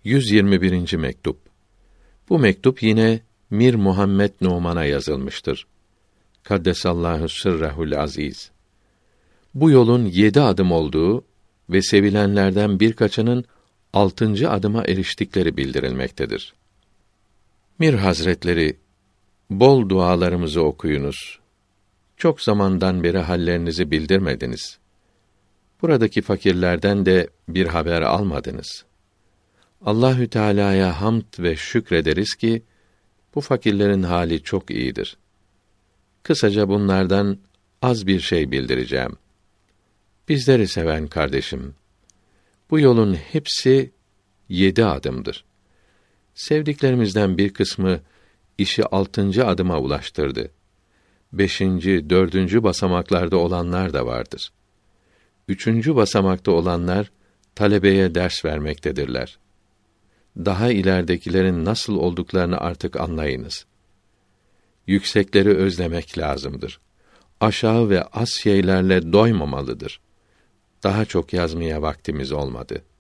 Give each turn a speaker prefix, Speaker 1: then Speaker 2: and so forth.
Speaker 1: 121. mektup. Bu mektup yine Mir Muhammed Numan'a yazılmıştır. Kaddesallahu sırrehul aziz. Bu yolun 7 adım olduğu ve sevilenlerden birkaçının 6. adıma eriştikleri bildirilmektedir. Mir Hazretleri, bol dualarımızı okuyunuz. Çok zamandan beri hallerinizi bildirmediniz. Buradaki fakirlerden de bir haber almadınız. Allahü Teala'ya hamd ve şükrederiz ki bu fakirlerin hali çok iyidir. Kısaca bunlardan az bir şey bildireceğim. Bizleri seven kardeşim, bu yolun hepsi 7 adımdır. Sevdiklerimizden bir kısmı işi 6. adıma ulaştırdı. 5., 4. basamaklarda olanlar da vardır. 3. basamakta olanlar talebeye ders vermektedirler. Daha ileridekilerin nasıl olduklarını artık anlayınız. Yüksekleri özlemek lazımdır. Aşağı ve az şeylerle doymamalıdır. Daha çok yazmaya vaktimiz olmadı.